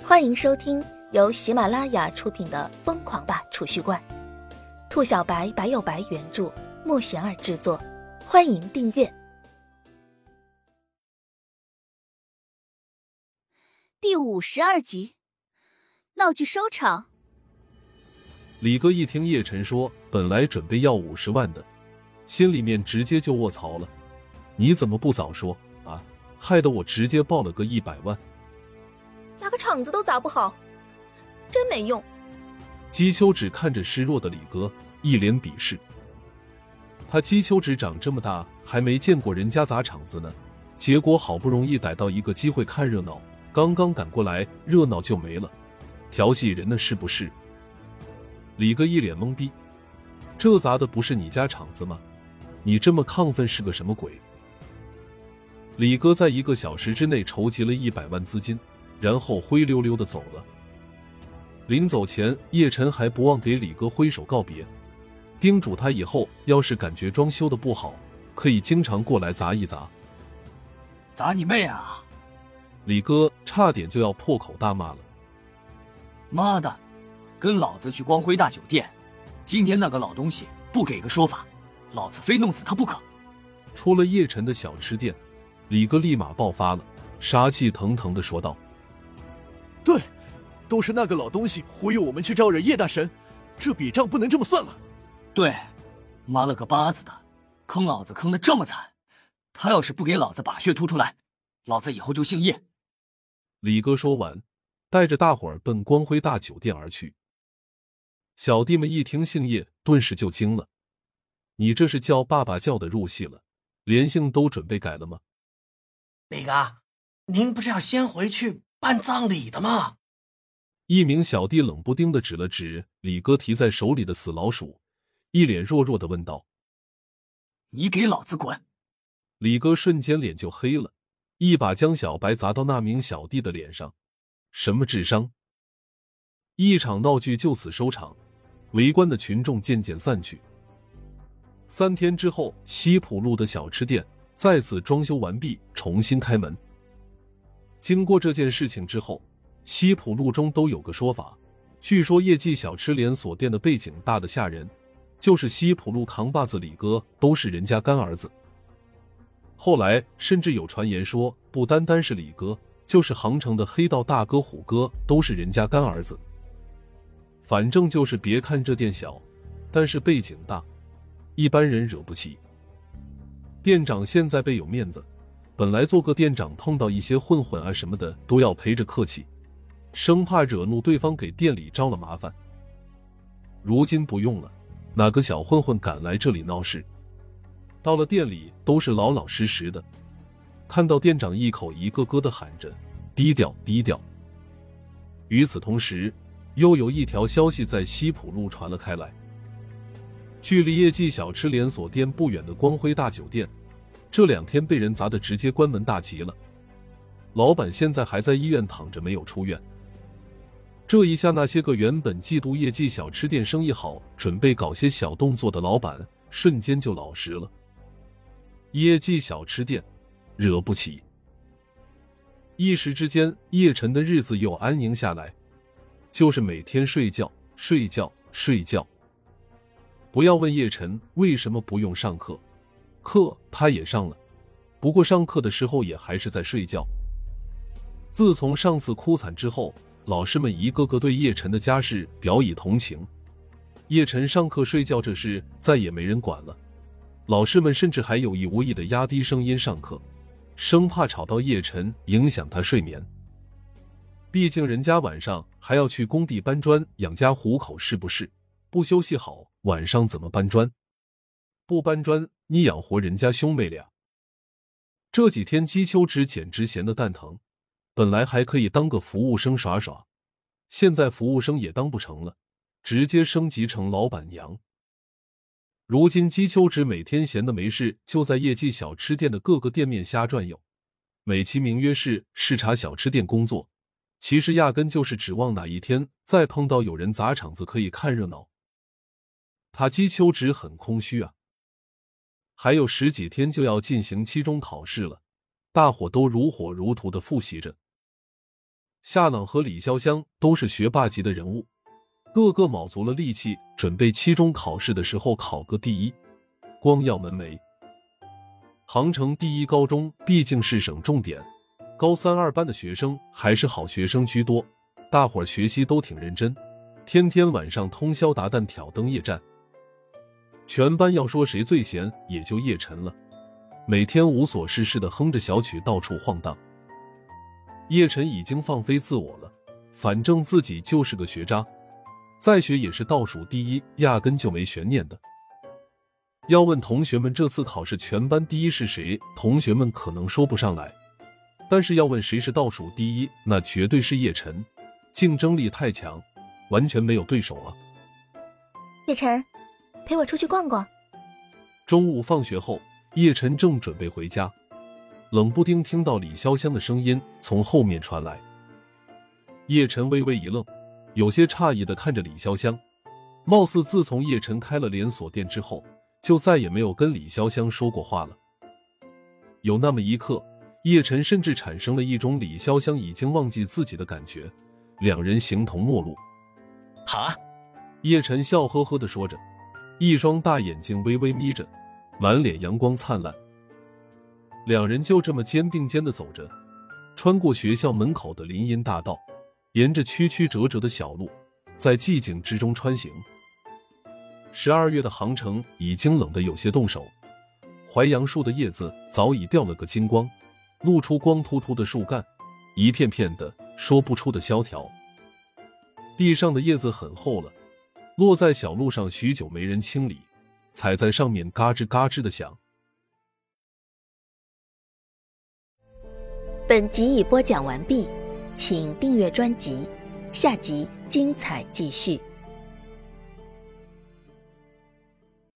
欢迎收听由喜马拉雅出品的《疯狂吧储蓄罐》，兔小白白有白原著，莫贤儿制作。欢迎订阅。 第52集，闹剧收场。 李哥一听叶晨说本来准备要50万的，心里面直接就卧槽了。你怎么不早说啊？害得我直接报了个100万。 砸个场子都砸不好，真没用。 姬秋芷看着失落的李哥，一脸鄙视。他姬秋芷长这么大还没见过人家砸场子呢，结果好不容易逮到一个机会看热闹，刚刚赶过来，热闹就没了，调戏人呢是不是？李哥一脸懵逼，这砸的不是你家场子吗？你这么亢奋是个什么鬼？李哥在1个小时之内筹集了100万资金，然后灰溜溜的走了。临走前，叶晨还不忘给李哥挥手告别，叮嘱他以后要是感觉装修的不好，可以经常过来砸一砸。 砸你妹啊！ 李哥差点就要破口大骂了。 妈的，跟老子去光辉大酒店，今天那个老东西不给个说法，老子非弄死他不可。 出了叶晨的小吃店，李哥立马爆发了，杀气腾腾地说道： 对，都是那个老东西忽悠我们去招惹叶大神，这笔账不能这么算了。 对，妈了个巴子的，坑老子坑得这么惨，他要是不给老子把血吐出来，老子以后就姓叶。 李哥说完，带着大伙儿奔光辉大酒店而去。小弟们一听姓叶，顿时就惊了。你这是叫爸爸叫的入戏了，连姓都准备改了吗？ 李哥，您不是要先回去办葬礼的吗？ 一名小弟冷不丁地指了指李哥提在手里的死老鼠，一脸弱弱地问道： 你给老子滚！ 李哥瞬间脸就黑了，一把将小白砸到那名小弟的脸上。什么智商？一场闹剧就此收场，围观的群众渐渐散去。3天之后，西浦路的小吃店再次装修完毕，重新开门。经过这件事情之后，西浦路中都有个说法，据说叶记小吃连锁店的背景大得吓人，就是西浦路扛把子李哥都是人家干儿子。后来甚至有传言说，不单单是李哥，就是杭城的黑道大哥虎哥都是人家干儿子。反正就是别看这店小，但是背景大，一般人惹不起。店长现在倍有面子，本来做个店长碰到一些混混啊什么的都要陪着客气，生怕惹怒对方给店里招了麻烦。如今不用了，哪个小混混敢来这里闹事？到了店里都是老老实实的，看到店长一口一个个的喊着低调低调。与此同时，又有一条消息在西浦路传了开来，距离叶记小吃连锁店不远的光辉大酒店，这2天被人砸得直接关门大吉了。老板现在还在医院躺着没有出院。这一下那些个原本嫉妒业绩小吃店生意好，准备搞些小动作的老板，瞬间就老实了。业绩小吃店惹不起。一时之间，叶晨的日子又安宁下来，就是每天睡觉睡觉睡觉。不要问叶晨为什么不用上课，课他也上了，不过上课的时候也还是在睡觉。自从上次哭惨之后，老师们一个个对叶晨的家世表以同情。叶晨上课睡觉这事再也没人管了，老师们甚至还有意无意地压低声音上课，生怕吵到叶晨影响他睡眠。毕竟人家晚上还要去工地搬砖养家糊口，是不是？不休息好，晚上怎么搬砖？不搬砖，你养活人家兄妹俩。这几天姬秋芷简直闲得蛋疼，本来还可以当个服务生耍耍，现在服务生也当不成了，直接升级成老板娘。如今姬秋芷每天闲得没事，就在业绩小吃店的各个店面瞎转悠，美其名曰是视察小吃店工作，其实压根就是指望哪一天再碰到有人砸场子可以看热闹。他姬秋芷很空虚啊。还有10几天就要进行期中考试了，大伙都如火如荼地复习着。 夏朗和李潇湘都是学霸级的人物，个个卯足了力气，准备期中考试的时候考个第一，光耀门楣。杭城第一高中毕竟是省重点，高三二班的学生还是好学生居多，大伙儿学习都挺认真，天天晚上通宵达旦挑灯夜战。全班要说谁最闲，也就叶晨了，每天无所事事的哼着小曲到处晃荡。叶晨已经放飞自我了，反正自己就是个学渣，再学也是倒数第一，压根就没悬念的。要问同学们这次考试全班第一是谁，同学们可能说不上来，但是要问谁是倒数第一，那绝对是叶晨，竞争力太强，完全没有对手啊。 叶晨，陪我出去逛逛。 中午放学后，叶晨正准备回家，冷不丁听到李潇湘的声音从后面传来。叶晨微微一愣，有些诧异地看着李潇湘，貌似自从叶晨开了连锁店之后，就再也没有跟李潇湘说过话了。有那么一刻，叶晨甚至产生了一种李潇湘已经忘记自己的感觉，两人形同陌路。 哈， 叶晨笑呵呵地说着，一双大眼睛微微眯着，满脸阳光灿烂。两人就这么肩并肩地走着，穿过学校门口的林荫大道，沿着曲曲折折的小路，在寂静之中穿行。12月的杭城已经冷得有些冻手，槐杨树的叶子早已掉了个精光，露出光秃秃的树干，一片片的说不出的萧条。地上的叶子很厚了，落在小路上许久没人清理，踩在上面嘎吱嘎吱的响。 本集已播讲完毕，请订阅专辑，下集精彩继续。